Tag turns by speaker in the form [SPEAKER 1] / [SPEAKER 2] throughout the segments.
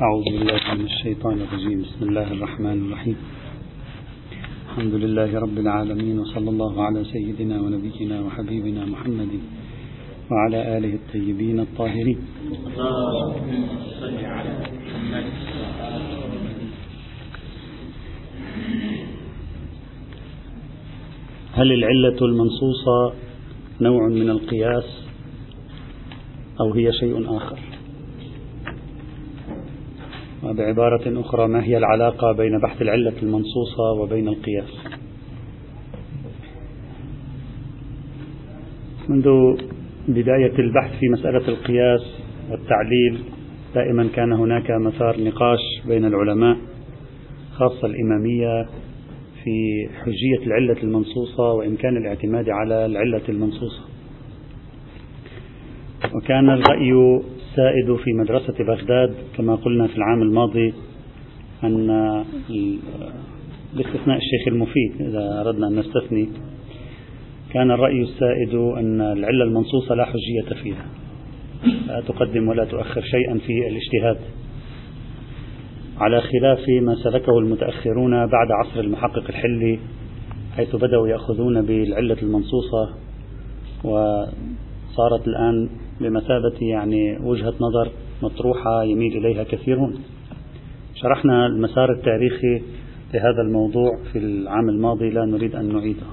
[SPEAKER 1] أعوذ بالله من الشيطان الرجيم. بسم الله الرحمن الرحيم. الحمد لله رب العالمين، وصلى الله على سيدنا ونبينا وحبيبنا محمد وعلى آله الطيبين الطاهرين. هل العلة المنصوصة نوع من القياس أو هي شيء آخر؟ وبعبارة أخرى، ما هي العلاقة بين بحث العلة المنصوصة وبين القياس؟ منذ بداية البحث في مسألة القياس والتعليل دائما كان هناك مسار نقاش بين العلماء، خاصة الإمامية، في حجية العلة المنصوصة وإمكان الاعتماد على العلة المنصوصة. وكان الرأي السائد في مدرسة بغداد كما قلنا في العام الماضي أن باستثناء الشيخ المفيد إذا أردنا أن نستثني، كان الرأي السائد أن العلة المنصوصة لا حجية فيها، لا تقدم ولا تؤخر شيئا في الاجتهاد، على خلاف ما سلكه المتأخرون بعد عصر المحقق الحلي، حيث بدأوا يأخذون بالعلة المنصوصة وصارت الآن بمثابة وجهة نظر مطروحة يميل إليها كثيرون. شرحنا المسار التاريخي لهذا الموضوع في العام الماضي، لا نريد أن نعيده.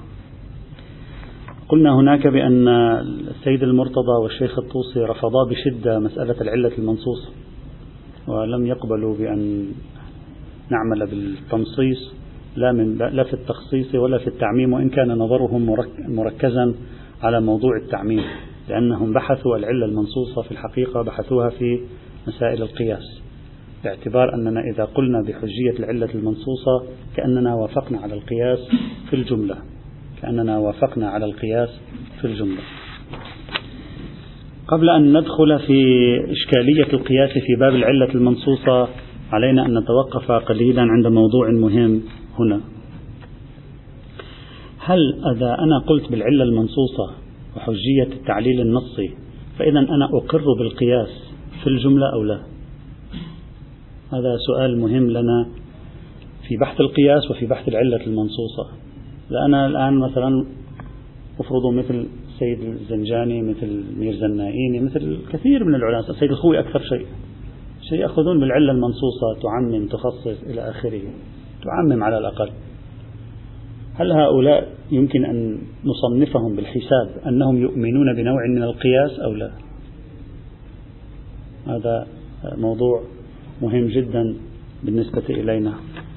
[SPEAKER 1] قلنا هناك بأن السيد المرتضى والشيخ الطوسي رفضا بشدة مسألة العلة المنصوصة، ولم يقبلوا بأن نعمل بالتنصيص لا في التخصيص ولا في التعميم، وإن كان نظرهم مركزا على موضوع التعميم، لأنهم بحثوا العلة المنصوصة في الحقيقة بحثوها في مسائل القياس، باعتبار أننا إذا قلنا بحجية العلة المنصوصة كأننا وافقنا على القياس في الجملة، قبل أن ندخل في إشكالية القياس في باب العلة المنصوصة، علينا أن نتوقف قليلا عند موضوع مهم هنا. هل إذا أنا قلت بالعلة المنصوصة وحجية التعليل النصي فإذا أنا أقر بالقياس في الجملة أو لا؟ هذا سؤال مهم لنا في بحث القياس وفي بحث العلة المنصوصة. لأنا الآن مثلا أفرض مثل السيد الزنجاني، مثل ميرزا النائيني، مثل كثير من العلماء، السيد الخوي أكثر شيء يأخذون بالعلة المنصوصة، تعمم، تخصص إلى آخره، تعمم على الأقل. هل هؤلاء يمكن أن نصنفهم بالحساب أنهم يؤمنون بنوع من القياس أو لا؟ هذا موضوع مهم جدا بالنسبة إلينا.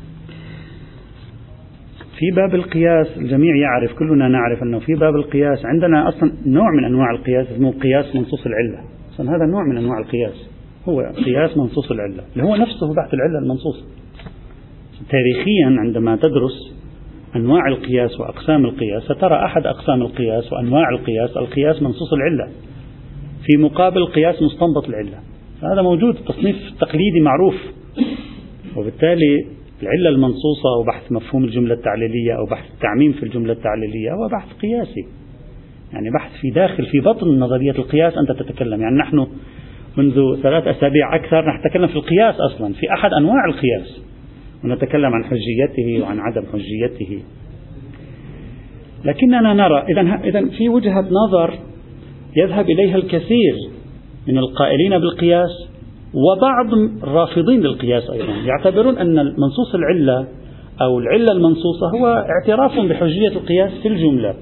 [SPEAKER 1] في باب القياس الجميع يعرف، كلنا نعرف أنه في باب القياس عندنا أصلا نوع من أنواع القياس اسمه قياس منصوص العلة. أصلا هذا نوع من أنواع القياس، هو قياس منصوص العلة، اللي هو نفسه بحث العلة المنصوصة. تاريخيا عندما تدرس أنواع القياس وأقسام القياس سترى أحد أقسام القياس وأنواع القياس منصوص العلة في مقابل قياس مستنبط العلة. هذا موجود، تصنيف تقليدي معروف. وبالتالي العلة المنصوصة أو بحث مفهوم الجملة التعليلية أو بحث التعميم في الجملة التعليلية هو بحث قياسي، بحث في بطن نظرية القياس أنت تتكلم. نحن منذ 3 أسابيع أكثر نتكلم في القياس أصلا، في أحد أنواع القياس، ونتكلم عن حجيته وعن عدم حجيته. لكننا نرى إذن في وجهة نظر يذهب إليها الكثير من القائلين بالقياس وبعض الرافضين للقياس أيضا، يعتبرون أن منصوص العلة أو العلة المنصوصة هو اعتراف بحجية القياس في الجملة،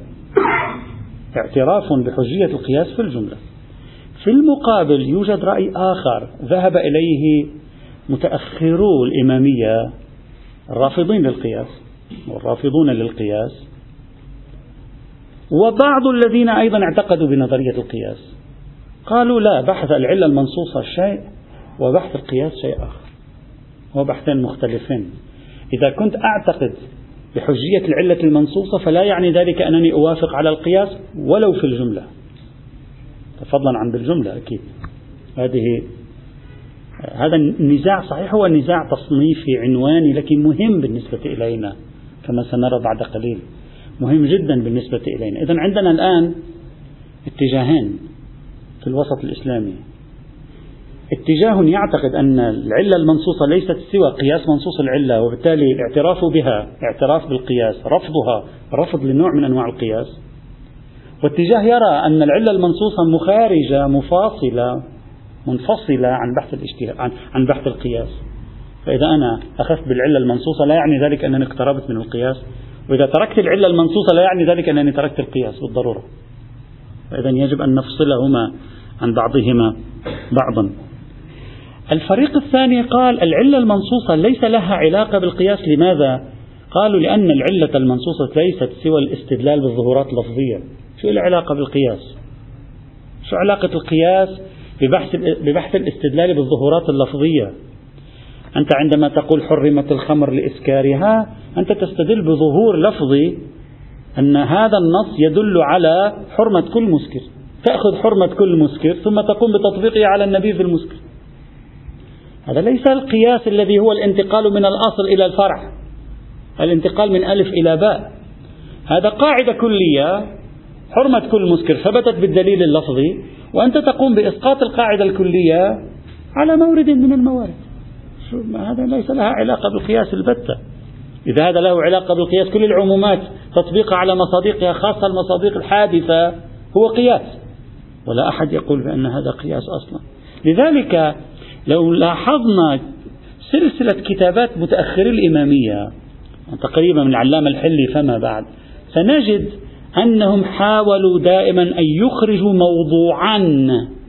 [SPEAKER 1] في المقابل يوجد رأي آخر ذهب إليه متأخرو الإمامية، الرافضين للقياس والرافضون للقياس، وبعض الذين أيضا اعتقدوا بنظرية القياس، قالوا لا، بحث العلة المنصوصة شيء وبحث القياس شيء آخر، هو بحثين مختلفين. إذا كنت أعتقد بحجية العلة المنصوصة فلا يعني ذلك أنني أوافق على القياس ولو في الجملة، فضلا عن بالجملة أكيد. هذا النزاع صحيح هو نزاع تصنيفي عنواني، لكن مهم بالنسبة إلينا كما سنرى بعد قليل، مهم جدا بالنسبة إلينا. إذن عندنا الآن اتجاهين في الوسط الإسلامي، اتجاه يعتقد أن العلة المنصوصة ليست سوى قياس منصوص العلة، وبالتالي الاعتراف بها اعتراف بالقياس، رفضها رفض لنوع من أنواع القياس. واتجاه يرى أن العلة المنصوصة مخارجة مفاصلة منفصلة عن بحث القياس. فإذا أنا أخذت بالعلة المنصوصة لا يعني ذلك أنني اقتربت من القياس، وإذا تركت العلة المنصوصة لا يعني ذلك أنني تركت القياس بالضرورة. فإذا يجب أن نفصلهما عن بعضهما بعضا. الفريق الثاني قال العلة المنصوصة ليس لها علاقة بالقياس. لماذا؟ قالوا لأن العلة المنصوصة ليست سوى الاستدلال بالظهورات اللفظية. شو له علاقة بالقياس؟ شو علاقة القياس ببحث الاستدلال بالظهورات اللفظية؟ أنت عندما تقول حرمت الخمر لإسكارها، أنت تستدل بظهور لفظي أن هذا النص يدل على حرمة كل مسكر، تأخذ حرمة كل مسكر ثم تقوم بتطبيقها على النبيذ المسكر. هذا ليس القياس الذي هو الانتقال من الأصل إلى الفرع، الانتقال من ألف إلى باء. هذا قاعدة كلية، حرمة كل مسكر ثبتت بالدليل اللفظي، وأنت تقوم بإسقاط القاعدة الكلية على مورد من الموارد. هذا ليس لها علاقة بالقياس البتة. إذا هذا له علاقة بالقياس، كل العمومات تطبيقها على مصادقها، خاصة المصادق الحادثة، هو قياس، ولا أحد يقول بأن هذا قياس أصلا. لذلك لو لاحظنا سلسلة كتابات متأخري الإمامية تقريبا من العلامة الحلي فما بعد، سنجد أنهم حاولوا دائما أن يخرجوا موضوعا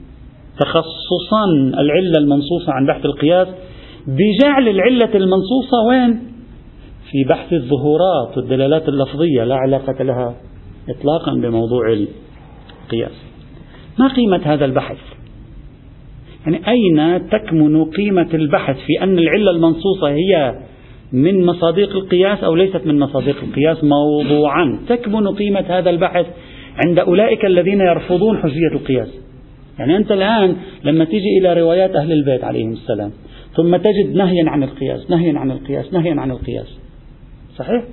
[SPEAKER 1] تخصصا العلة المنصوصة عن بحث القياس، بجعل العلة المنصوصة وين؟ في بحث الظهورات والدلالات اللفظية، لا علاقة لها إطلاقا بموضوع القياس. ما قيمة هذا البحث؟ يعني أين تكمن قيمة البحث في أن العلة المنصوصة هي من مصادق القياس أو ليست من مصادق القياس موضوعا؟ تكمن قيمة هذا البحث عند أولئك الذين يرفضون حجية القياس. يعني أنت الآن لما تيجي إلى روايات أهل البيت عليهم السلام ثم تجد نهيا عن القياس، نهيا عن القياس، نهيا عن القياس، صحيح؟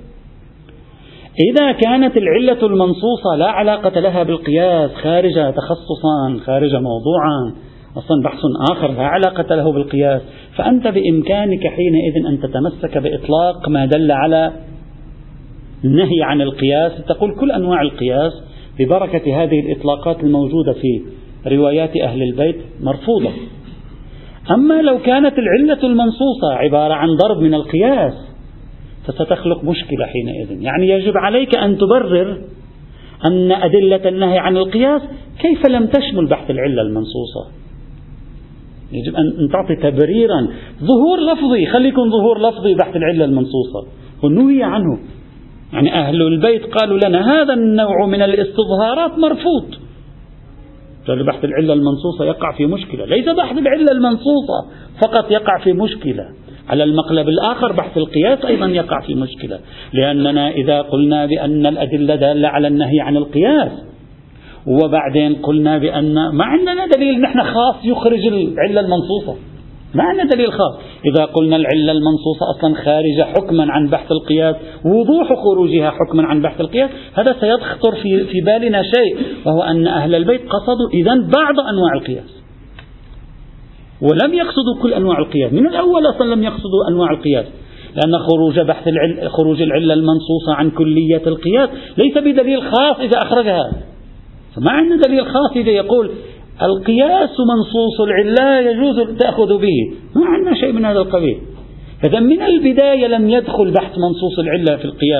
[SPEAKER 1] إذا كانت العلة المنصوصة لا علاقة لها بالقياس، خارجة تخصصا، خارجة موضوعا، أصلا بحث آخر لا علاقة له بالقياس، فأنت بإمكانك حينئذ أن تتمسك بإطلاق ما دل على النهي عن القياس، تقول كل أنواع القياس ببركة هذه الإطلاقات الموجودة في روايات أهل البيت مرفوضة. أما لو كانت العلة المنصوصة عبارة عن ضرب من القياس فستخلق مشكلة حينئذ. يعني يجب عليك أن تبرر أن أدلة النهي عن القياس كيف لم تشمل بحث العلة المنصوصة. يجب أن تعطي تبريرا، ظهور لفظي، خليكم ظهور لفظي بحث العلة المنصوصة، ونهي عنه. يعني أهل البيت قالوا لنا هذا النوع من الاستظهارات مرفوض، بحث العلة المنصوصة يقع في مشكلة. ليس بحث العلة المنصوصة فقط يقع في مشكلة، على المقلب الآخر بحث القياس أيضا يقع في مشكلة، لأننا إذا قلنا بأن الأدلة دالة على النهي عن القياس وبعدين قلنا بأن ما عندنا دليل نحن خاص يخرج العلة المنصوصة، ما عندنا دليل خاص. إذا قلنا العلة المنصوصة أصلا خارجة حكما عن بحث القياس، وضوح خروجها حكما عن بحث القياس، هذا سيخطر في بالنا شيء، وهو أن أهل البيت قصدوا إذن بعض أنواع القياس ولم يقصدوا كل أنواع القياس. من الأول أصلا لم يقصدوا أنواع القياس، لأن خروج العلة المنصوصة عن كلية القياس ليس بدليل خاص إذا أخرجها. فما عندنا دليل خاص إذا يقول القياس منصوص العلة يجوز تأخذ به، ما عندنا شيء من هذا القبيل. فإذا من البداية لم يدخل بحث منصوص العلة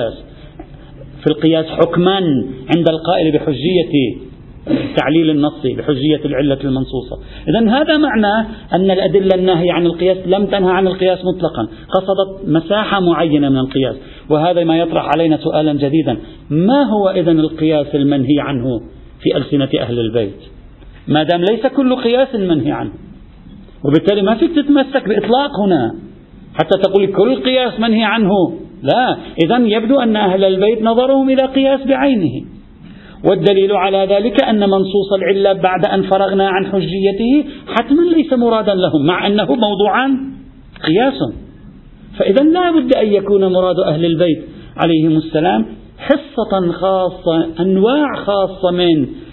[SPEAKER 1] في القياس حكما عند القائل بحجية التعليل النصي، بحجية العلة المنصوصة. إذن هذا معناه أن الأدلة الناهية عن القياس لم تنهى عن القياس مطلقا، قصدت مساحة معينة من القياس. وهذا ما يطرح علينا سؤالا جديدا: ما هو إذن القياس المنهي عنه في ألسنة أهل البيت؟ ما دام ليس كل قياس منهي عنه، وبالتالي ما فيك تتمسك بإطلاق هنا حتى تقول كل قياس منهي عنه، لا. إذن يبدو أن أهل البيت نظرهم إلى قياس بعينه، والدليل على ذلك أن منصوص العلة بعد أن فرغنا عن حجيته حتما ليس مرادا لهم، مع أنه موضوعا قياس. فإذا لا بد أن يكون مراد أهل البيت عليهم السلام حصة خاصة، أنواع خاصة من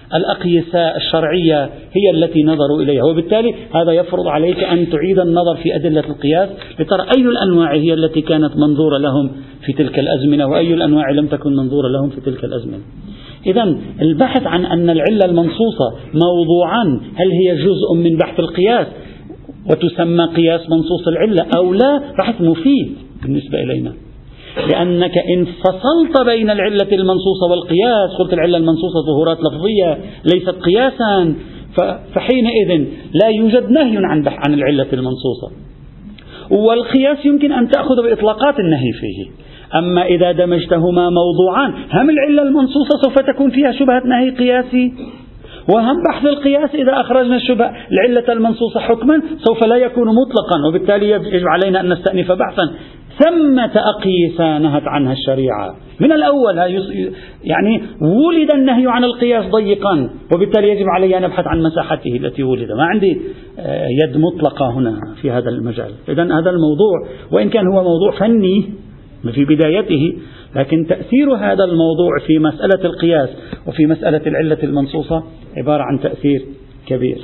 [SPEAKER 1] الأقيسة الشرعية هي التي نظروا إليها، وبالتالي هذا يفرض عليك أن تعيد النظر في أدلة القياس لترى أي الأنواع هي التي كانت منظورة لهم في تلك الأزمنة وأي الأنواع لم تكن منظورة لهم في تلك الأزمنة. إذن البحث عن أن العلة المنصوصة موضوعا هل هي جزء من بحث القياس وتسمى قياس منصوص العلة أو لا، بحث مفيد بالنسبة إلينا، لأنك إن فصلت بين العلة المنصوصة والقياس، قلت العلة المنصوصة ظهورات لفظية ليست قياسا، فحينئذ لا يوجد نهي عن العلة المنصوصة، والقياس يمكن أن تأخذ بإطلاقات النهي فيه. أما إذا دمجتهما موضوعان، هم العلة المنصوصة سوف تكون فيها شبهة نهي قياسي، وهم بحث القياس إذا أخرجنا الشبهة العلة المنصوصة حكما سوف لا يكون مطلقا، وبالتالي يجب علينا أن نستأنف بحثا ثمة أقيسة نهت عنها الشريعة من الأول. يعني ولد النهي عن القياس ضيقا، وبالتالي يجب علي أن أبحث عن مساحته التي ولد. ما عندي يد مطلقة هنا في هذا المجال. إذن هذا الموضوع وإن كان هو موضوع فني في بدايته، لكن تأثير هذا الموضوع في مسألة القياس وفي مسألة العلة المنصوصة عبارة عن تأثير كبير.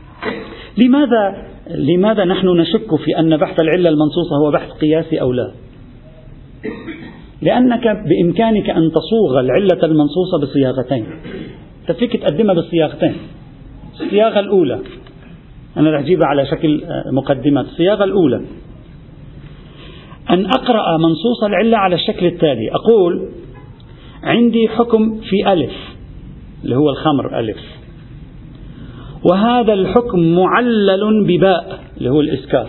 [SPEAKER 1] لماذا نحن نشك في أن بحث العلة المنصوصة هو بحث قياسي أو لا؟ لأنك بإمكانك أن تصوغ العلة المنصوصة بصياغتين، تفيك تقدمها بالصياغتين. الصياغة الأولى أنا رح أجيبها على شكل مقدمة. الصياغة الأولى أن أقرأ منصوص العلة على الشكل التالي: أقول عندي حكم في ألف اللي هو الخمر ألف، وهذا الحكم معلل بباء اللي هو الإسكار.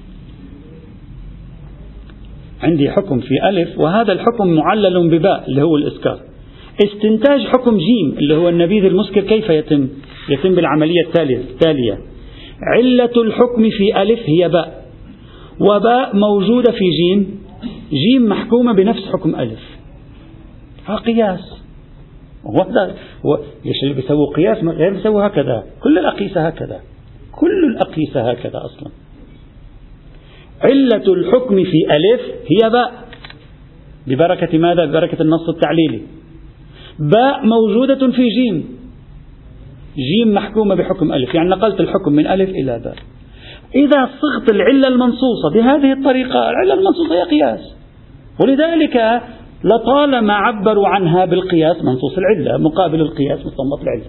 [SPEAKER 1] عندي حكم في ألف وهذا الحكم معلل بباء اللي هو الإسكار. استنتاج حكم جيم اللي هو النبيذ المسكر كيف يتم؟ يتم بالعملية التالية: علة الحكم في ألف هي باء، وباء موجودة في جيم، جيم محكومة بنفس حكم ألف. قياس. ليش اللي بيسووا قياس غير بيسووا هكذا؟ كل الأقيسة هكذا، كل الأقيسة هكذا أصلا. علة الحكم في ألف هي باء، ببركة ماذا؟ ببركة النص التعليلي. باء موجودة في جيم، جيم محكومة بحكم ألف، يعني نقلت الحكم من ألف إلى باء. إذا صغت العلة المنصوصة بهذه الطريقة، العلة المنصوصة هي قياس، ولذلك لطالما عبروا عنها بالقياس منصوص العلة مقابل القياس مستنبط العلة.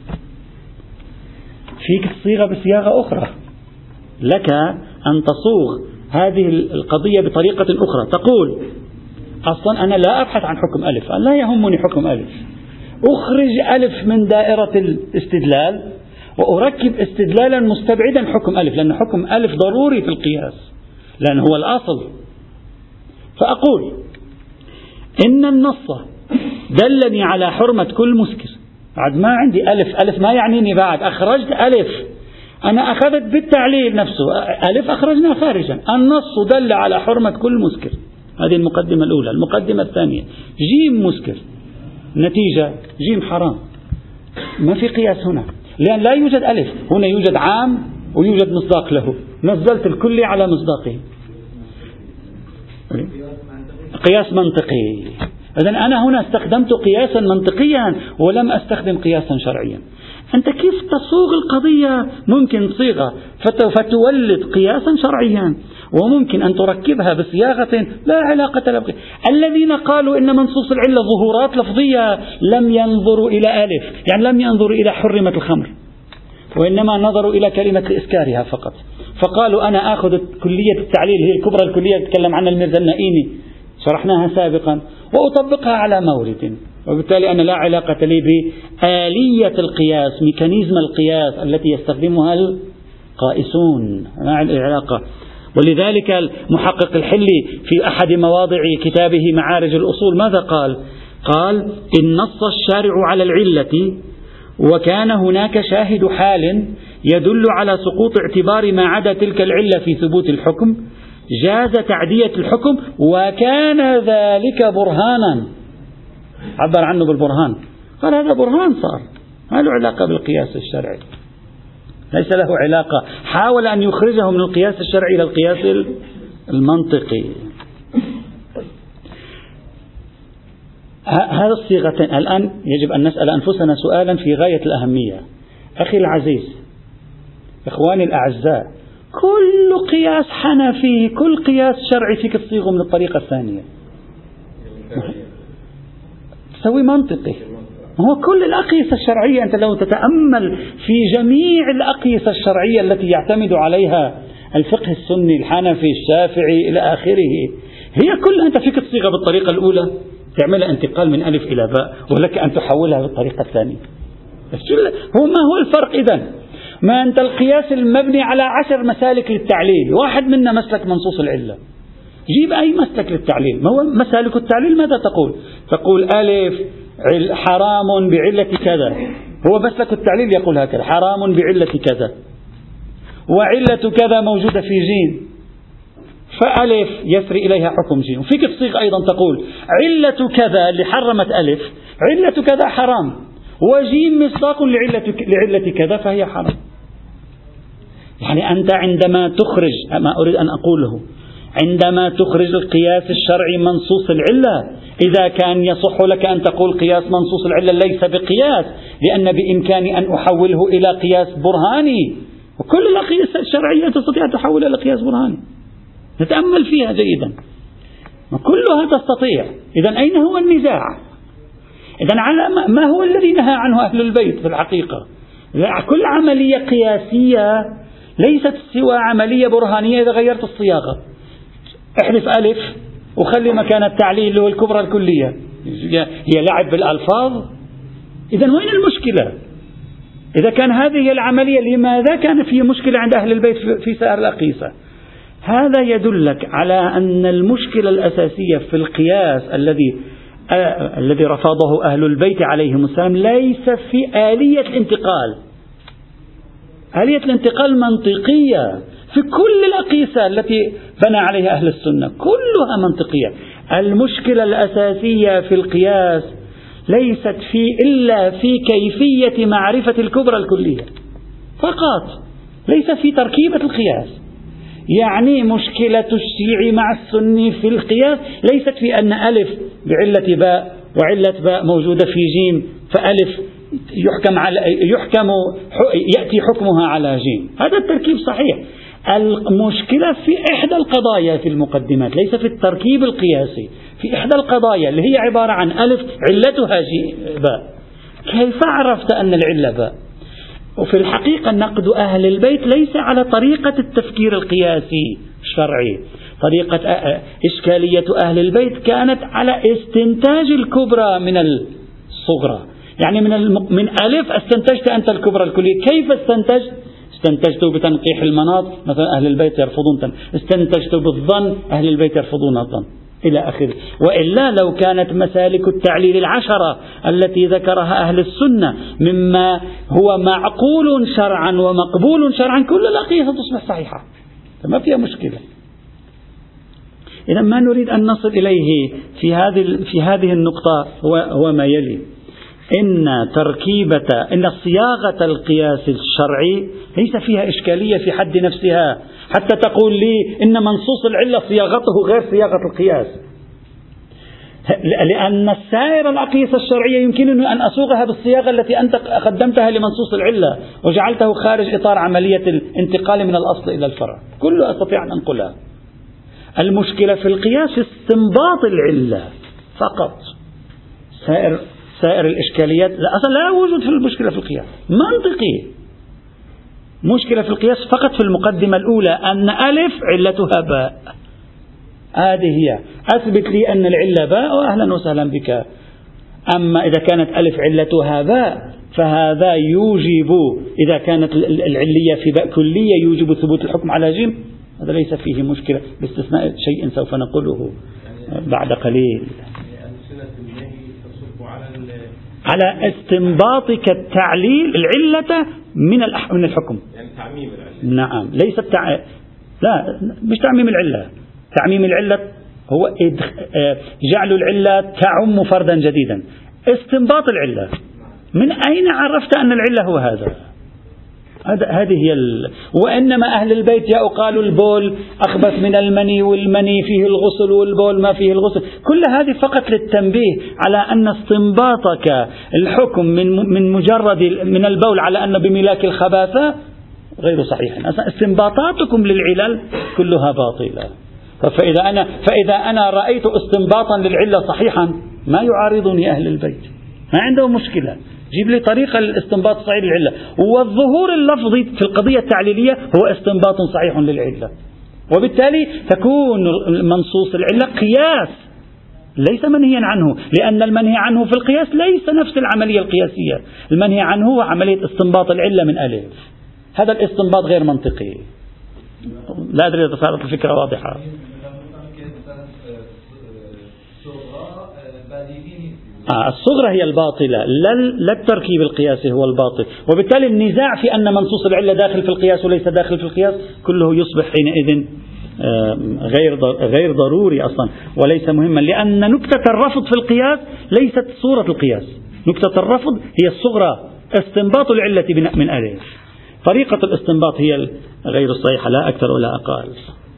[SPEAKER 1] فيك تصيغها بصياغة أخرى، لك أن تصوغ هذه القضية بطريقة أخرى. تقول أصلا أنا لا أبحث عن حكم ألف، لا يهمني حكم ألف، أخرج ألف من دائرة الاستدلال وأركب استدلالا مستبعدا حكم ألف، لأن حكم ألف ضروري في القياس لأنه هو الأصل. فأقول إن النص دلني على حرمة كل مسكر. بعد ما عندي ألف ما يعنيني، بعد أخرجت ألف، أنا أخذت بالتعليل نفسه ألف أخرجنا خارجا. النص دل على حرمة كل مسكر، هذه المقدمة الأولى. المقدمة الثانية: جيم مسكر، نتيجة جيم حرام. ما في قياس هنا، لأن لا يوجد ألف، هنا يوجد عام ويوجد مصداق له، نزلت الكلي على مصداقه. قياس منطقي. إذن أنا هنا استخدمت قياسا منطقيا ولم أستخدم قياسا شرعيا. أنت كيف تصوغ القضية؟ ممكن تصيغها فتولد قياسا شرعيا، وممكن أن تركبها بصياغة لا علاقة لها. الذين قالوا إن منصوص العلة ظهورات لفظية لم ينظروا إلى ألف، يعني لم ينظروا إلى حرمة الخمر، وإنما نظروا إلى كلمة إسكارها فقط. فقالوا أنا آخذ كلية التعليل، هي الكبرى الكلية تتكلم عنها الميرزا النائيني، شرحناها سابقا، وأطبقها على مورد، وبالتالي أنا لا علاقة لي بآلية القياس، ميكانيزم القياس التي يستخدمها القائسون، ما علاقة. ولذلك المحقق الحلي في أحد مواضع كتابه معارج الأصول ماذا قال؟ قال: إن نص الشارع على العلة وكان هناك شاهد حال يدل على سقوط اعتبار ما عدا تلك العلة في ثبوت الحكم، جاز تعدية الحكم وكان ذلك برهانا. عبر عنه بالبرهان، قال هذا برهان صار، ما له علاقة بالقياس الشرعي، ليس له علاقة. حاول أن يخرجه من القياس الشرعي إلى القياس المنطقي. هذا الصيغتين الآن يجب أن نسأل أنفسنا سؤالا في غاية الأهمية. أخي العزيز، إخواني الأعزاء، كل قياس حنفي، كل قياس شرعي فيك تصيغه من الطريقة الثانية، تسوي منطقي. هو كل الأقيسة الشرعية، أنت لو تتأمل في جميع الأقيسة الشرعية التي يعتمد عليها الفقه السني الحنفي الشافعي إلى آخره، هي كل أنت فيك تصيغها بالطريقة الأولى، تعملها انتقال من ألف إلى باء، ولك أن تحولها بالطريقة الثانية. هو ما هو الفرق إذن؟ ما أنت القياس المبني على 10 مسالك للتعليل، واحد منا مسلك منصوص العلة، جيب أي مسلك للتعليل. ما هو مسالك التعليل؟ ماذا تقول؟ تقول ألف حرام بعلة كذا، هو مسلك التعليل يقول هكذا: حرام بعلة كذا، وعلة كذا موجودة في جيم، فألف يسري إليها حكم جيم. وفيك تصيغ أيضا تقول علة كذا اللي حرمت ألف، علة كذا حرام، وجيم مصداق لعلة كذا فهي حرام. يعني أنت عندما تخرج، ما أريد أن أقوله، عندما تخرج القياس الشرعي منصوص العلة، إذا كان يصح لك أن تقول قياس منصوص العلة ليس بقياس، لأن بإمكاني أن أحوله إلى قياس برهاني، وكل الأقياس الشرعية تستطيع أن تحول إلى قياس برهاني. نتأمل فيها جيدا، كلها تستطيع. إذن أين هو النزاع؟ إذن على ما هو الذي نهى عنه أهل البيت في الحقيقة؟ كل عملية قياسية ليست سوى عملية برهانية. إذا غيرت الصياغة، احذف ألف وخلي مكان التعليل اللي هو الكبرى الكلية، هي لعب بالألفاظ. إذن وين المشكلة؟ إذا كان هذه العملية، لماذا كان في مشكلة عند أهل البيت في سائر الأقيسة؟ هذا يدلك على أن المشكلة الأساسية في القياس الذي رفضه أهل البيت عليهم السلام ليس في آلية الانتقال. آلية الانتقال منطقية في كل الأقيسة التي بنى عليها أهل السنة، كلها منطقية. المشكلة الأساسية في القياس ليست إلا في كيفية معرفة الكبرى الكلية فقط، ليس في تركيبة القياس. يعني مشكلة الشيعي مع السني في القياس ليست في أن ألف بعلة باء وعلة باء موجودة في جيم، فألف يأتي حكمها على جيم. هذا التركيب صحيح. المشكلة في إحدى القضايا في المقدمات، ليس في التركيب القياسي. في إحدى القضايا اللي هي عبارة عن ألف علتها باء، كيف عرفت أن العلة باء؟ وفي الحقيقة نقد أهل البيت ليس على طريقة التفكير القياسي الشرعي. طريقة إشكالية أهل البيت كانت على استنتاج الكبرى من الصغرى. يعني من ألف استنتجت أنت الكبرى الكلية. كيف استنتجت بتنقيح المناط، مثلا أهل البيت يرفضون استنتجت بالظن، أهل البيت يرفضون الظن، إلى آخره. وإلا لو كانت مسالك التعليل 10 التي ذكرها أهل السنة مما هو معقول شرعا ومقبول شرعا، كل الأقيسة تصبح صحيحة، فما فيها مشكلة. إذا ما نريد أن نصل إليه في هذه النقطة هو ما يلي: إن صياغة القياس الشرعي ليس فيها إشكالية في حد نفسها، حتى تقول لي إن منصوص العلة صياغته غير صياغة القياس، لأن سائر الأقيسة الشرعية يمكنني أن أصوغها بالصياغة التي أنت قدمتها لمنصوص العلة وجعلته خارج إطار عملية الانتقال من الأصل إلى الفرع، كله أستطيع أن أنقلها. المشكلة في القياس استنباط العلة فقط. سائر الإشكاليات أصلا لا وجود في المشكلة في القياس، منطقي. مشكلة في القياس فقط في المقدمة الأولى، أن ألف علتها باء، هذه هي. أثبت لي أن العلة باء وأهلا وسهلا بك. أما إذا كانت ألف علتها باء فهذا يوجب، إذا كانت العلية في باء كلية، يوجب ثبوت الحكم على جيم. هذا ليس فيه مشكلة، باستثناء شيء سوف نقوله بعد قليل. على استنباطك التعليل العلة من الحكم،
[SPEAKER 2] يعني تعميم العلة.
[SPEAKER 1] نعم، ليس لا، مش تعميم العلة. تعميم العلة هو جعل العلة تعم فردا جديدا. استنباط العلة، من أين عرفت أن العلة هو هذا؟ هذه هي وإنما أهل البيت جاءوا قالوا البول أخبث من المني، والمني فيه الغسل والبول ما فيه الغسل. كل هذه فقط للتنبيه على أن استنباطك الحكم من مجرد من البول على أنه بملاك الخباثة غير صحيح. استنباطاتكم للعلل كلها باطلة. فإذا أنا رأيت استنباطا للعلة صحيحا ما يعارضني أهل البيت، ما عنده مشكلة، جيب لي طريقة للاستنباط الصحيح للعلة. والظهور اللفظي في القضية التعليلية هو استنباط صحيح للعلة، وبالتالي تكون منصوص العلة قياس ليس منهيا عنه، لأن المنهي عنه في القياس ليس نفس العملية القياسية. المنهي عنه هو عملية استنباط العلة من ألف. هذا الاستنباط غير منطقي. لا أدري إذا صارت الفكرة واضحة. الصغرى هي الباطلة، لا التركيب القياسي هو الباطل. وبالتالي النزاع في أن منصوص العلة داخل في القياس وليس داخل في القياس كله يصبح حينئذ غير ضروري أصلا وليس مهما، لأن نكتة الرفض في القياس ليست صورة القياس. نكتة الرفض هي الصغرى، استنباط العلة من ألف. طريقة الاستنباط هي غير الصحيحة، لا أكثر ولا أقل.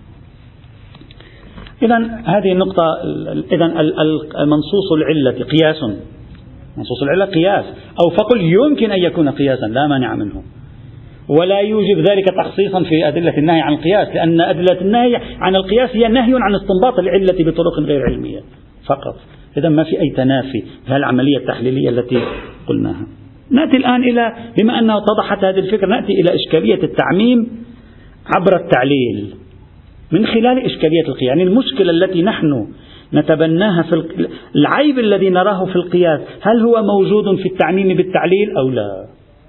[SPEAKER 1] إذن هذه النقطة. إذن المنصوص العلة قياس، منصوص العلة قياس، أو فقل يمكن أن يكون قياسا لا مانع منه، ولا يوجب ذلك تخصيصا في أدلة النهي عن القياس، لأن أدلة النهي عن القياس هي نهي عن استنباط العلة بطرق غير علمية فقط. إذن ما في أي تنافي في العملية التحليلية التي قلناها. نأتي الآن إلى، بما أنه اتضحت هذه الفكرة، نأتي إلى إشكالية التعميم عبر التعليل من خلال إشكالية القياس. يعني المشكلة التي نحن نتبناها في العيب الذي نراه في القياس، هل هو موجود في التعميم بالتعليل أو لا؟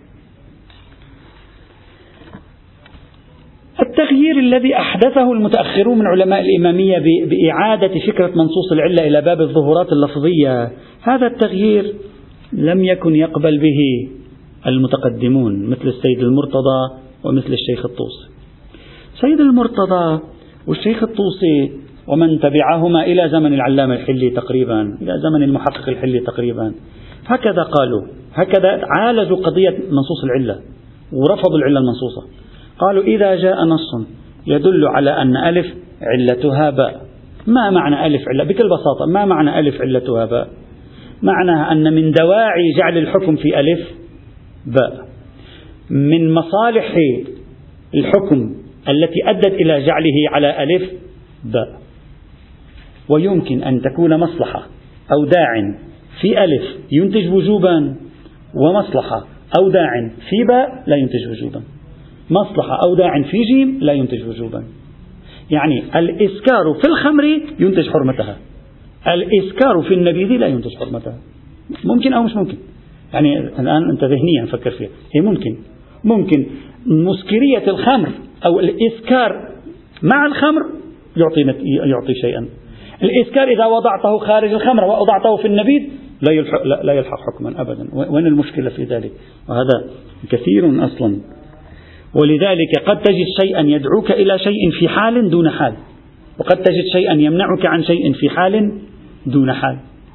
[SPEAKER 1] التغيير الذي أحدثه المتأخرون من علماء الإمامية بإعادة فكرة منصوص العلة إلى باب الظهورات اللفظية، هذا التغيير لم يكن يقبل به المتقدمون مثل السيد المرتضى ومثل الشيخ الطوسي. سيد المرتضى والشيخ الطوسي ومن تبعهما إلى زمن العلامة الحلي تقريبا، إلى زمن المحقق الحلي تقريبا، هكذا قالوا، هكذا عالجوا قضية منصوص العلة ورفضوا العلة المنصوصة. قالوا إذا جاء نص يدل على أن ألف علتها باء. ما معنى ألف علة؟ بكل بساطة ما معنى ألف علتها باء؟ معناها أن من دواعي جعل الحكم في ألف باء، من مصالح الحكم التي أدت إلى جعله على ألف باء. ويمكن أن تكون مصلحة أو داع في ألف ينتج وجوبا، ومصلحة أو داع في باء لا ينتج وجوبا، مصلحة أو داع في جيم لا ينتج وجوبا. يعني الإسكار في الخمر ينتج حرمتها، الإسكار في النبيذ لا ينتج حرمتها. ممكن أو مش ممكن؟ يعني الآن أنت ذهنيا فكر فيها، هي ممكن مسكرية الخمر أو الإسكار مع الخمر يعطي شيئا. الإسكار إذا وضعته خارج الخمر ووضعته في النبيذ لا يلحق حكما أبدا. وين المشكلة في ذلك؟ وهذا كثير أصلا. ولذلك قد تجد شيئا يدعوك إلى شيء في حال دون حال، وقد تجد شيئا يمنعك عن شيء في حال دون حال.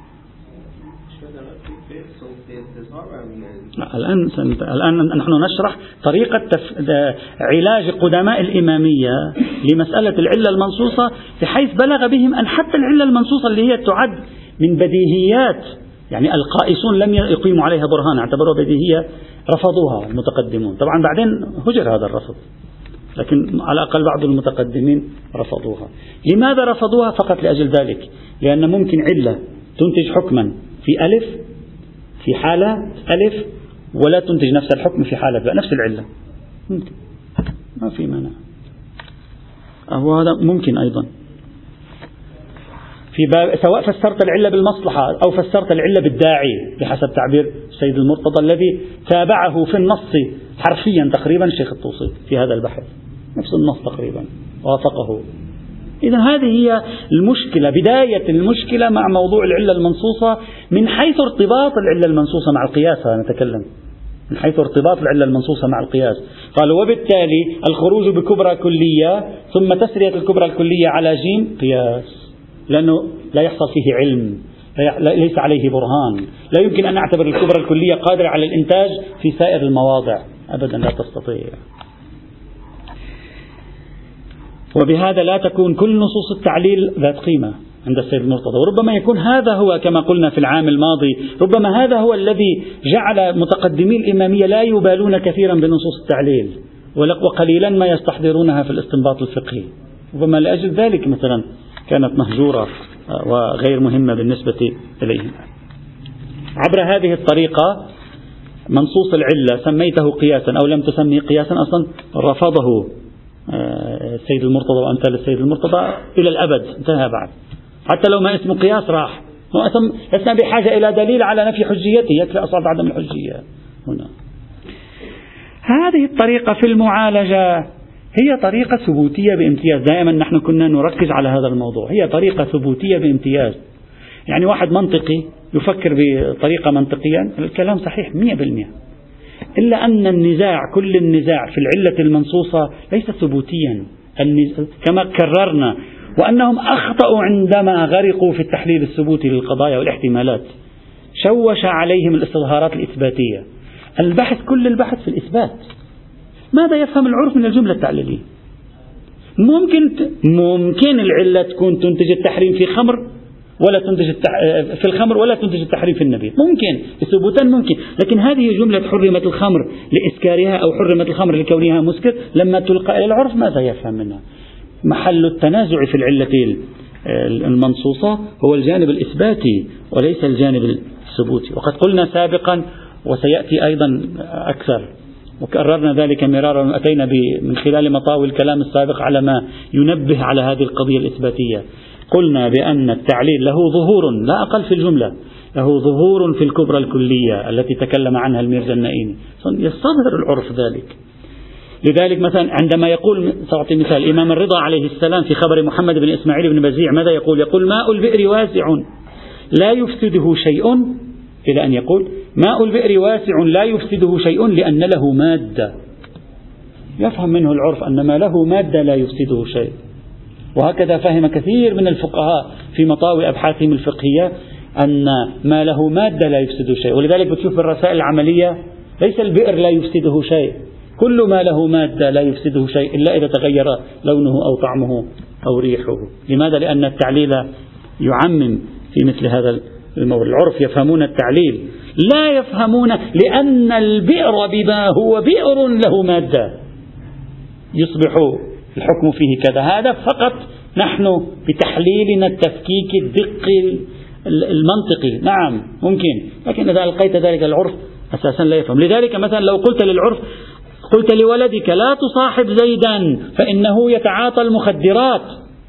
[SPEAKER 1] الآن نحن نشرح طريقة علاج قدماء الإمامية لمسألة العلة المنصوصة، بحيث بلغ بهم أن حتى العلة المنصوصة اللي هي تعد من بديهيات، يعني القائسون لم يقيموا عليها برهان، اعتبروها بديهية، رفضوها المتقدمون. طبعا بعدين هجر هذا الرفض، لكن على الأقل بعض المتقدمين رفضوها. لماذا رفضوها؟ فقط لأجل ذلك، لأن ممكن علة تنتج حكما في ألف في حالة ألف ولا تنتج نفس الحكم في حالة باء، نفس العلة ممكن، ما في مانع. هذا ممكن أيضا في باب، سواء فسرت العلة بالمصلحة أو فسرت العلة بالداعي بحسب تعبير السيد المرتضى الذي تابعه في النص حرفيا تقريبا الشيخ الطوسي في هذا البحث، نفس النص تقريبا وافقه. إذا هذه هي المشكلة، بداية المشكلة مع موضوع العلة المنصوصة من حيث ارتباط العلة المنصوصة مع القياس. نتكلم من حيث ارتباط العلة المنصوصة مع القياس. قالوا وبالتالي الخروج بكبرى كلية ثم تسرية الكبرى الكلية على جيم قياس، لأنه لا يحصل فيه علم، ليس عليه برهان. لا يمكن أن أعتبر الكبرى الكلية قادرة على الإنتاج في سائر المواضع، أبدا لا تستطيع. وبهذا لا تكون كل نصوص التعليل ذات قيمة عند السيد المرتضى، وربما يكون هذا هو كما قلنا في العام الماضي، ربما هذا هو الذي جعل متقدمي الإمامية لا يبالون كثيرا بنصوص التعليل وقليلا ما يستحضرونها في الاستنباط الفقهي، ربما لأجل ذلك مثلا كانت مهجورة وغير مهمة بالنسبة إليهم. عبر هذه الطريقة منصوص العلة سميته قياسا أو لم تسميه قياسا أصلا رفضه السيد المرتضى وأمثال السيد المرتضى إلى الأبد، انتهى بعد، حتى لو ما اسمه قياس راح، لسنا بحاجة إلى دليل على نفي حجيته، يكفي أصلا عدم الحجية هنا. هذه الطريقة في المعالجة هي طريقة ثبوتية بامتياز، دائما نحن كنا نركز على هذا الموضوع، هي طريقة ثبوتية بامتياز. يعني واحد منطقي يفكر بطريقة منطقيا الكلام صحيح 100%، إلا أن النزاع كل النزاع في العلة المنصوصة ليس ثبوتيا كما كررنا، وأنهم أخطأوا عندما غرقوا في التحليل الثبوتي للقضايا والاحتمالات، شوش عليهم الاستظهارات الإثباتية. البحث كل البحث في الإثبات. ماذا يفهم العرف من الجملة التعليلية؟ ممكن العلة تكون تنتج التحريم في خمر ولا تنتج في الخمر ولا تنتج التحريم في النبيذ، ممكن ثبوتا ممكن، لكن هذه جملة حرمت الخمر لإسكارها أو حرمت الخمر لكونها مسكر لما تلقى إلى العرف ماذا يفهم منها؟ محل التنازع في العلة المنصوصة هو الجانب الإثباتي وليس الجانب الثبوتي. وقد قلنا سابقا وسيأتي أيضا أكثر وكررنا ذلك مرارا وأتينا من خلال مطاوي الكلام السابق على ما ينبه على هذه القضية الإثباتية. قلنا بأن التعليل له ظهور لا أقل في الجملة، له ظهور في الكبرى الكلية التي تكلم عنها الميرزا النائيني، يستظهر العرف ذلك. لذلك مثلا عندما يقول، سأعطي مثال، الإمام الرضا عليه السلام في خبر محمد بن إسماعيل بن بزيع ماذا يقول؟ يقول ماء البئر واسع لا يفسده شيء، إلى أن يقول ماء البئر واسع لا يفسده شيء لأن له مادة. يفهم منه العرف أن ما له مادة لا يفسده شيء، وهكذا فهم كثير من الفقهاء في مطاوي أبحاثهم الفقهية أن ما له مادة لا يفسده شيء. ولذلك بتشوف بالرسائل العملية ليس البئر لا يفسده شيء، كل ما له مادة لا يفسده شيء إلا إذا تغير لونه أو طعمه أو ريحه. لماذا؟ لأن التعليل يعمم في مثل هذا المورد. العرف يفهمون التعليل لا يفهمون لأن البئر بما هو بئر له مادة يصبح الحكم فيه كذا. هذا فقط نحن بتحليلنا التفكيك الدقي المنطقي نعم ممكن، لكن إذا ألقيت ذلك العرف أساسا لا يفهم. لذلك مثلا لو قلت للعرف، قلت لولدك لا تصاحب زيدا فإنه يتعاطى المخدرات،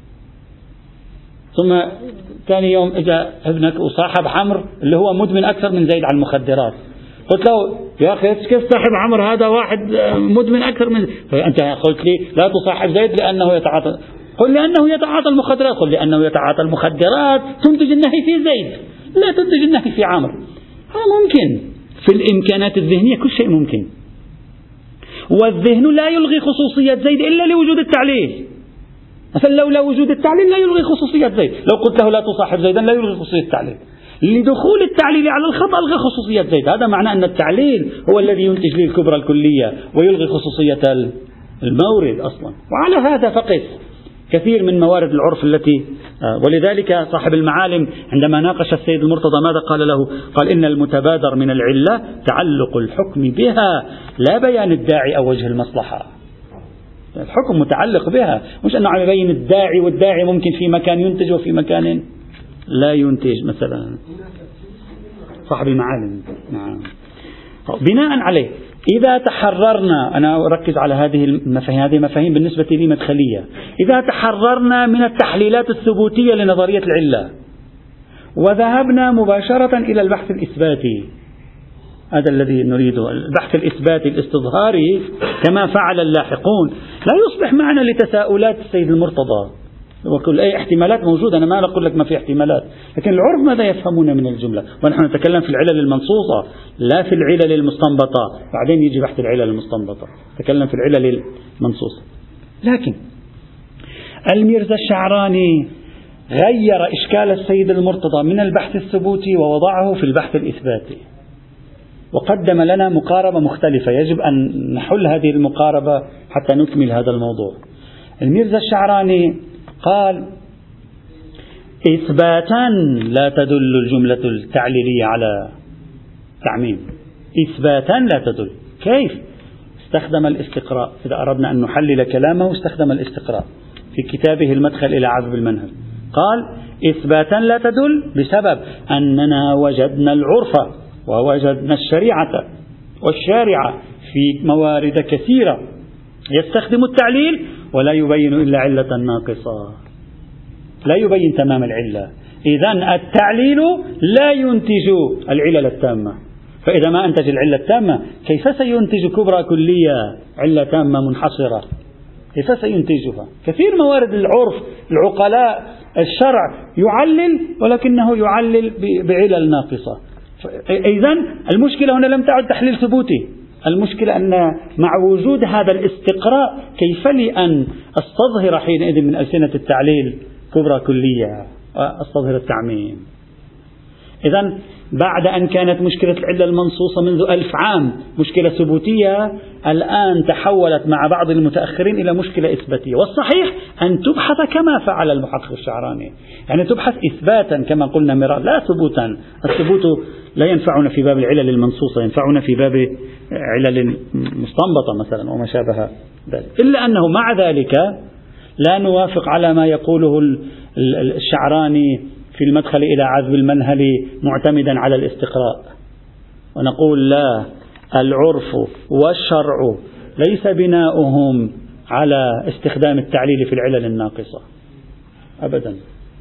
[SPEAKER 1] ثم ثاني يوم إجا ابنك وصاحب عمرو اللي هو مدمن أكثر من زيد على المخدرات، قلت له يا أخي كيف صاحب عمرو هذا واحد مدمن أكثر من أنت قلت لي لا تصاحب زيد لأنه يتعاطى، قل لأنه يتعاطى المخدرات، قل لأنه يتعاطى المخدرات تنتج النهي في زيد لا تنتج النهي في عمرو. هذا ممكن في الإمكانات الذهنية، كل شيء ممكن، والذهن لا يلغي خصوصية زيد إلا لوجود التعليل. مثلا لولا وجود التعليل لا يلغي خصوصية زيد، لو قلت له لا تصاحب زيدا لا يلغي خصوصية التعليل، لدخول التعليل على الخطأ ألغى خصوصية زيد. هذا معناه أن التعليل هو الذي ينتج لي الكبرى الكلية ويلغي خصوصية المورد أصلا. وعلى هذا فقس كثير من موارد العرف التي ولذلك صاحب المعالم عندما ناقش السيد المرتضى ماذا قال له؟ قال إن المتبادر من العلة تعلق الحكم بها لا بيان الداعي أو وجه المصلحة. الحكم متعلق بها، مش أنه عم يبين الداعي، والداعي ممكن في مكان ينتج وفي مكان لا ينتج. مثلا صاحب المعالم نعم. بناء عليه إذا تحررنا، أنا أركز على هذه المفاهيم، هذه مفاهيم بالنسبة لي مدخلية، إذا تحررنا من التحليلات الثبوتية لنظرية العلة وذهبنا مباشرة إلى البحث الإثباتي، هذا الذي نريده، البحث الإثباتي الاستظهاري كما فعل اللاحقون، لا يصبح معنا لتساؤلات السيد المرتضى وكل أي احتمالات موجودة. أنا ما أقول لك ما في احتمالات، لكن العرف ماذا يفهمون من الجملة؟ ونحن نتكلم في العلل المنصوصة لا في العلل المستنبطة، بعدين يجي بحث العلل المستنبطة، نتكلم في العلل المنصوصة. لكن الميرزا الشعراني غير إشكال السيد المرتضى من البحث الثبوتي ووضعه في البحث الإثباتي. وقدم لنا مقاربة مختلفة يجب أن نحل هذه المقاربة حتى نكمل هذا الموضوع. الميرزا الشعراني قال: إثباتا لا تدل الجملة التعليلية على تعميم، إثباتا لا تدل. كيف؟ استخدم الاستقراء. إذا أردنا أن نحلل كلامه استخدم الاستقراء في كتابه المدخل إلى عذب المنهل. قال: إثباتا لا تدل بسبب أننا وجدنا العرف ووجدنا الشريعة والشارع في موارد كثيرة يستخدم التعليل ولا يبين إلا علة ناقصة، لا يبين تمام العلة. إذن التعليل لا ينتج العلل التامة، فإذا ما أنتج العلة التامة كيف سينتج كبرى كلية علة تامة منحصرة؟ كيف سينتجها؟ كثير موارد العرف، العقلاء، الشرع يعلل ولكنه يعلل بعلل ناقصة. إذن المشكلة هنا لم تعد تحليل ثبوتي، المشكلة أن مع وجود هذا الاستقراء كيف لي أن أستظهر حينئذ من ألسنة التعليل كبرى كلية وأستظهر التعميم. إذن بعد أن كانت مشكلة العلة المنصوصة منذ 1000 عام مشكلة ثبوتية، الآن تحولت مع بعض المتأخرين إلى مشكلة إثباتية. والصحيح أن تبحث كما فعل المحقق الشعراني، يعني تبحث إثباتا كما قلنا مرارا لا ثبوتا. الثبوت لا ينفعنا في باب العلل المنصوصة، ينفعنا في باب علل مستنبطة مثلا وما شابه ذلك. إلا أنه مع ذلك لا نوافق على ما يقوله الشعراني في المدخل إلى عذب المنهل معتمدا على الاستقراء، ونقول لا، العرف والشرع ليس بناؤهم على استخدام التعليل في العلل الناقصة أبدا،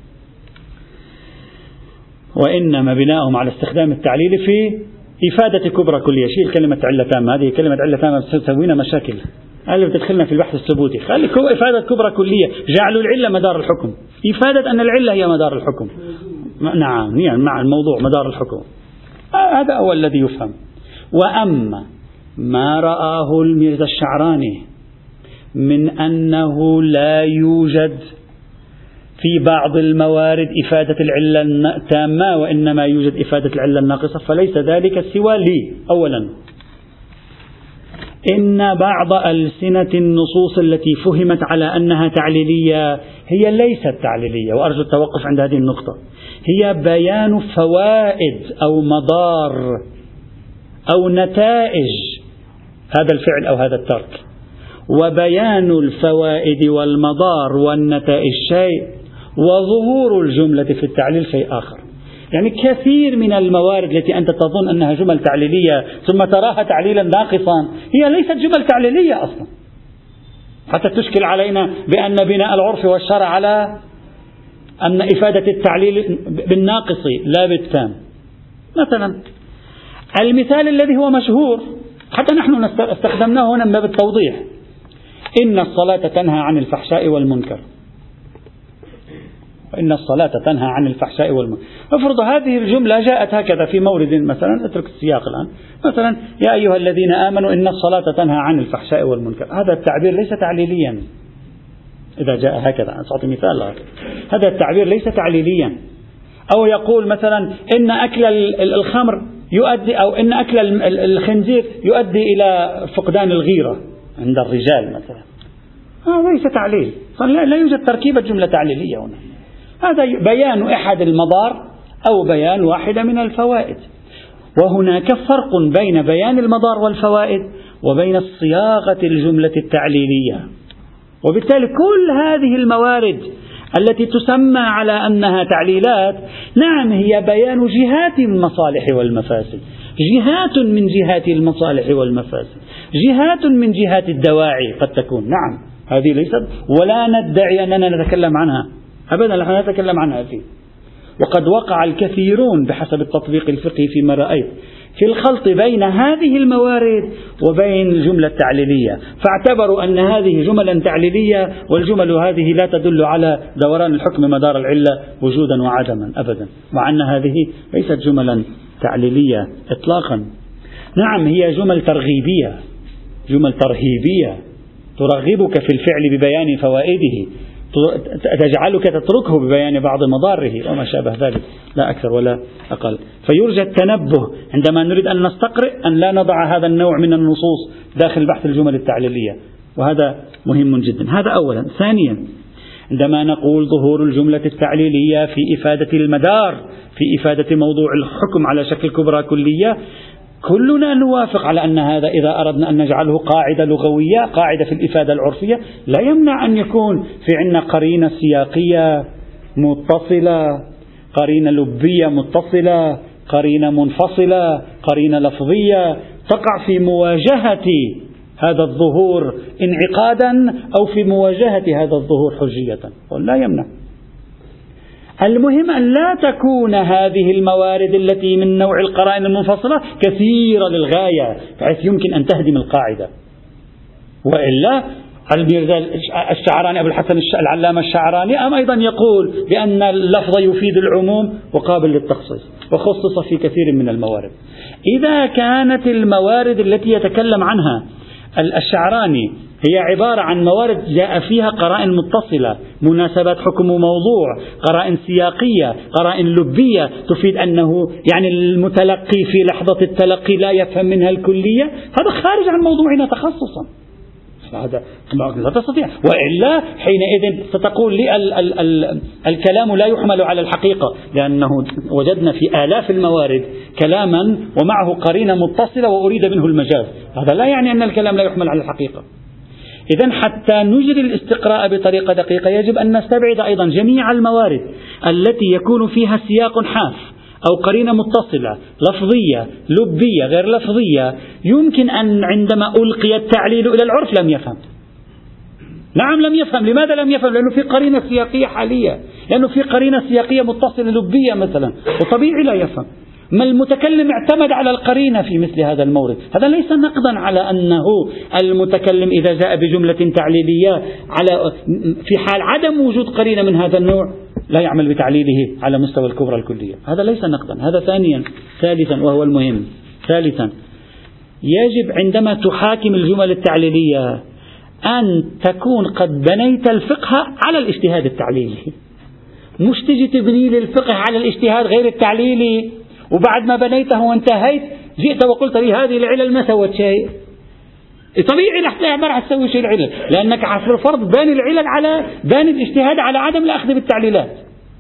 [SPEAKER 1] وإنما بناؤهم على استخدام التعليل في إفادة كبرى كلية. شيء كلمة علة تامة، هذه كلمة علة تامة تسوينا مشاكل، هذا بتدخلنا في البحث الثبوتي. خلي إفادة كبرى كلية، جعلوا العلة مدار الحكم، إفادة أن العلة هي مدار الحكم. نعم، يعني مع الموضوع مدار الحكم، هذا هو الذي يفهم. وأما ما رآه الميرزا الشعراني من أنه لا يوجد في بعض الموارد إفادة العلة التامة وإنما يوجد إفادة العلة الناقصة، فليس ذلك سوى لي. أولا، إن بعض ألسنة النصوص التي فهمت على أنها تعليلية هي ليست تعليلية، وأرجو التوقف عند هذه النقطة. هي بيان فوائد أو مضار أو نتائج هذا الفعل أو هذا الترك، وبيان الفوائد والمضار والنتائج شيء، وظهور الجملة في التعليل شيء آخر. يعني كثير من الموارد التي أنت تظن أنها جمل تعليلية ثم تراها تعليلا ناقصا هي ليست جمل تعليلية أصلا، حتى تشكل علينا بأن بناء العرف والشرع على أن إفادة التعليل بالناقص لا بالتام. مثلا المثال الذي هو مشهور حتى نحن استخدمناه هنا من باب التوضيح: إن الصلاة تنهى عن الفحشاء والمنكر. إن الصلاة تنهى عن الفحشاء والمنكر. افرض هذه الجملة جاءت هكذا في مورد مثلا، اترك السياق الآن، مثلا يا أيها الذين آمنوا إن الصلاة تنهى عن الفحشاء والمنكر. هذا التعبير ليس تعليليا. إذا جاء هكذا، سأعطي مثال، هذا التعبير ليس تعليليا. أو يقول مثلا إن أكل الخمر يؤدي، أو إن أكل الخنزير يؤدي إلى فقدان الغيرة عند الرجال مثلا. هذا ليس تعليل، لا يوجد تركيبة جملة تعليلية هنا. هذا بيان أحد المضار أو بيان واحدة من الفوائد. وهناك فرق بين بيان المضار والفوائد وبين صياغة الجملة التعليلية. وبالتالي كل هذه الموارد التي تسمى على أنها تعليلات، نعم هي بيان جهات المصالح والمفاسد، جهات من جهات المصالح والمفاسد، جهات من جهات الدواعي قد تكون، نعم هذه ليست، ولا ندعي أننا نتكلم عنها أبدا، لا نتكلم عنها فيه. وقد وقع الكثيرون بحسب التطبيق الفقهي فيما رأيت في الخلط بين هذه الموارد وبين الجملة التعليلية، فاعتبروا أن هذه جملا تعليلية والجمل هذه لا تدل على دوران الحكم مدار العلة وجودا وعدما أبدا، مع أن هذه ليست جملا تعليلية إطلاقا. نعم هي جمل ترغيبية، جمل ترهيبية ترغبك في الفعل ببيان فوائده، تجعلك تتركه ببيان بعض مضاره وما شابه ذلك، لا أكثر ولا أقل. فيرجى التنبه عندما نريد أن نستقرئ أن لا نضع هذا النوع من النصوص داخل بحث الجمل التعليلية، وهذا مهم جدا. هذا أولا. ثانيا، عندما نقول ظهور الجملة التعليلية في إفادة المدار، في إفادة موضوع الحكم على شكل كبرى كلية، كلنا نوافق على أن هذا إذا أردنا أن نجعله قاعدة لغوية، قاعدة في الإفادة العرفية، لا يمنع أن يكون في عندنا قرينة سياقية متصلة، قرينة لبية متصلة، قرينة منفصلة، قرينة لفظية تقع في مواجهة هذا الظهور انعقادا أو في مواجهة هذا الظهور حجية، لا يمنع. المهم أن لا تكون هذه الموارد التي من نوع القرائن المنفصلة كثيرة للغاية بحيث يمكن أن تهدم القاعدة، وإلا الميرزا الشعراني أبو الحسن العلامة الشعراني أيضا يقول بأن اللفظ يفيد العموم وقابل للتخصيص، وخصص في كثير من الموارد. إذا كانت الموارد التي يتكلم عنها الشعراني هي عبارة عن موارد جاء فيها قرائن متصلة، مناسبات حكم وموضوع، قرائن سياقية، قرائن لبية تفيد أنه يعني المتلقي في لحظة التلقي لا يفهم منها الكلية، هذا خارج عن موضوعنا تخصصا، هذا لا تستطيع. وإلا حينئذ ستقول لي الكلام لا يحمل على الحقيقة، لأنه وجدنا في آلاف الموارد كلاما ومعه قرينة متصلة وأريد منه المجاز، هذا لا يعني أن الكلام لا يحمل على الحقيقة. إذن حتى نجري الاستقراء بطريقة دقيقة يجب أن نستبعد أيضا جميع الموارد التي يكون فيها سياق حاف أو قرينة متصلة لفظية لبية غير لفظية، يمكن أن عندما ألقي التعليل إلى العرف لم يفهم. نعم لم يفهم. لماذا لم يفهم؟ لأنه في قرينة سياقية حالية، لأنه في قرينة سياقية متصلة لبية مثلا، وطبيعي لا يفهم. ما المتكلم اعتمد على القرينة في مثل هذا المورد، هذا ليس نقدا على أنه المتكلم إذا جاء بجملة تعليلية في حال عدم وجود قرينة من هذا النوع لا يعمل بتعليله على مستوى الكبرى الكلية، هذا ليس نقدا. هذا ثانيا. ثالثا وهو المهم، ثالثا يجب عندما تحاكم الجمل التعليلية أن تكون قد بنيت الفقه على الاجتهاد التعليلي، مش تجي تبني للفقه على الاجتهاد غير التعليلي وبعد ما بنيته وانتهيت جئت وقلت لي هذه العلل ما سوت شيء. طبيعي ما راح تسوي شيء العلل، لأنك على فرض باني العلل على باني الاجتهاد على عدم الأخذ بالتعليلات.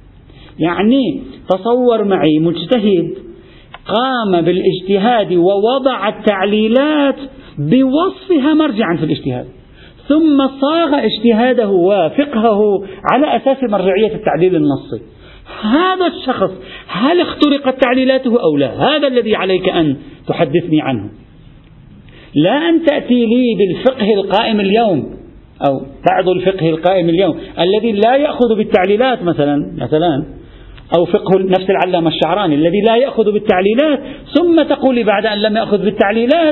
[SPEAKER 1] يعني تصور معي مجتهد قام بالاجتهاد ووضع التعليلات بوصفها مرجعا في الاجتهاد، ثم صاغ اجتهاده وفقهه على أساس مرجعية التعليل النصي. هذا الشخص هل اخترقت تعليلاته أو لا؟ هذا الذي عليك أن تحدثني عنه، لا أن تأتي لي بالفقه القائم اليوم أو بعض الفقه القائم اليوم الذي لا يأخذ بالتعليلات مثلا أو فقه نفس العلامة الشعراني الذي لا يأخذ بالتعليلات، ثم تقول لي بعد أن لم يأخذ بالتعليلات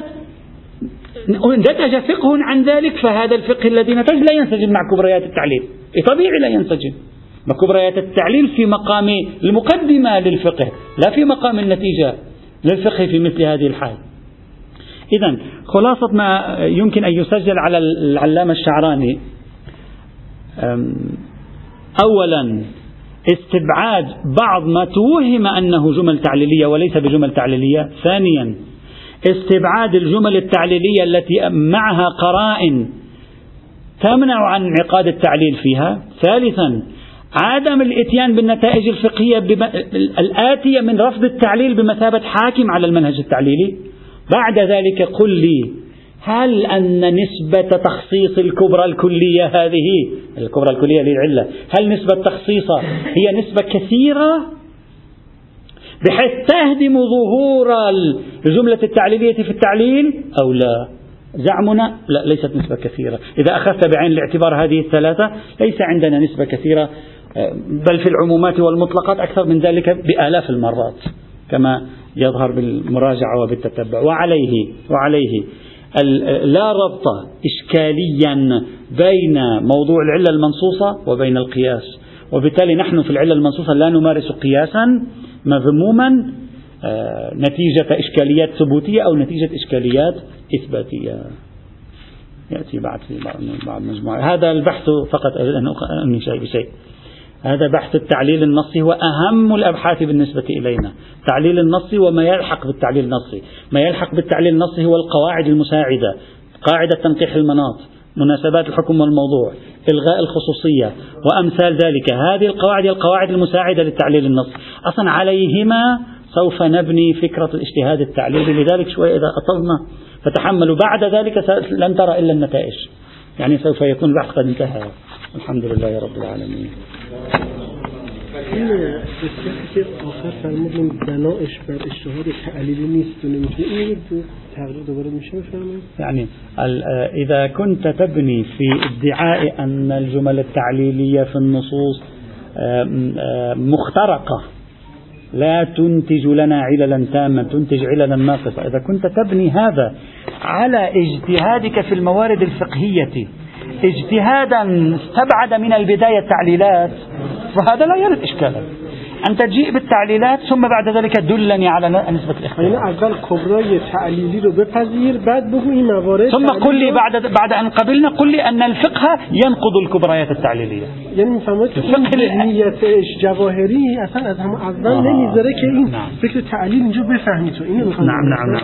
[SPEAKER 1] نتج فقه عن ذلك، فهذا الفقه الذي نتج لا ينسجم مع كبريات التعليل. طبيعي لا ينسجم مع كبريات التعليل في مقام المقدمة للفقه، لا في مقام النتيجة للفقه في مثل هذه الحال. إذن خلاصة ما يمكن أن يسجل على العلامة الشعراني: أولا استبعاد بعض ما توهم أنه جمل تعليلية وليس بجمل تعليلية. ثانيا استبعاد الجمل التعليلية التي معها قرائن تمنع عن انعقاد التعليل فيها. ثالثا عدم الإتيان بالنتائج الفقهية الآتية من رفض التعليل بمثابة حاكم على المنهج التعليلي. بعد ذلك قل لي هل أن نسبة تخصيص الكبرى الكلية هذه الكبرى الكلية للعلة، هل نسبة تخصيصها هي نسبة كثيرة بحيث تهدم ظهور الجملة التعليلية في التعليل أو لا؟ زعمنا لا، ليست نسبة كثيرة. إذا أخذت بعين الاعتبار هذه الثلاثة ليس عندنا نسبة كثيرة، بل في العمومات والمطلقات أكثر من ذلك بآلاف المرات كما يظهر بالمراجعة وبالتتبع. وعليه لا ربط إشكاليا بين موضوع العلة المنصوصة وبين القياس، وبالتالي نحن في العلة المنصوصة لا نمارس قياسا مذموما نتيجة إشكاليات ثبوتية أو نتيجة إشكاليات إثباتية. يأتي بعد مجموعة. هذا البحث فقط أن أنهي شيء بشيء. هذا بحث التعليل النصي هو أهم الأبحاث بالنسبة إلينا. تعليل النصي وما يلحق بالتعليل النصي. ما يلحق بالتعليل النصي هو القواعد المساعدة، قاعدة تنقيح المناط، مناسبات الحكم والموضوع، إلغاء الخصوصية وأمثال ذلك. هذه القواعد هي القواعد المساعدة للتعليل النصي، أصلا عليهما سوف نبني فكرة الاجتهاد التعليلي. لذلك شوي إذا أطلنا فتحملوا، بعد ذلك لن ترى إلا النتائج، يعني سوف يكون البحث قد انتهى. الحمد لله رب العالمين.
[SPEAKER 2] که آخر فرمودیم بنایش بر اجتهاد تعلیلی نیست و نمیتونه این تغییر دوباره میشه بفرمایید.
[SPEAKER 1] يعني إذا كنت تبني في ادعاء أن الجمل التعليلية في النصوص مخترقة لا تنتج لنا عللا تامة، تنتج عللا ناقصة، إذا كنت تبني هذا على اجتهادك في الموارد الفقهية اجتهادا استبعد من البداية التعليلات، فهذا لا يرد إشكالا. أن تجيء بالتعليلات ثم بعد ذلك دلني على نسبة الاختلاف.
[SPEAKER 2] يعني أول كبرى تعليلي رو بپذير بعد بگو این موارد،
[SPEAKER 1] ثم قل لي بعد أن قبلنا قل لي أن الفقه ينقض الكبريات التعليلية.
[SPEAKER 2] يعني میفهمید که ذهنیت جواهری اصلا از هم اول نمیذاره که این فکر تعلیل اینجا بفهمی تو اینو.
[SPEAKER 1] نعم.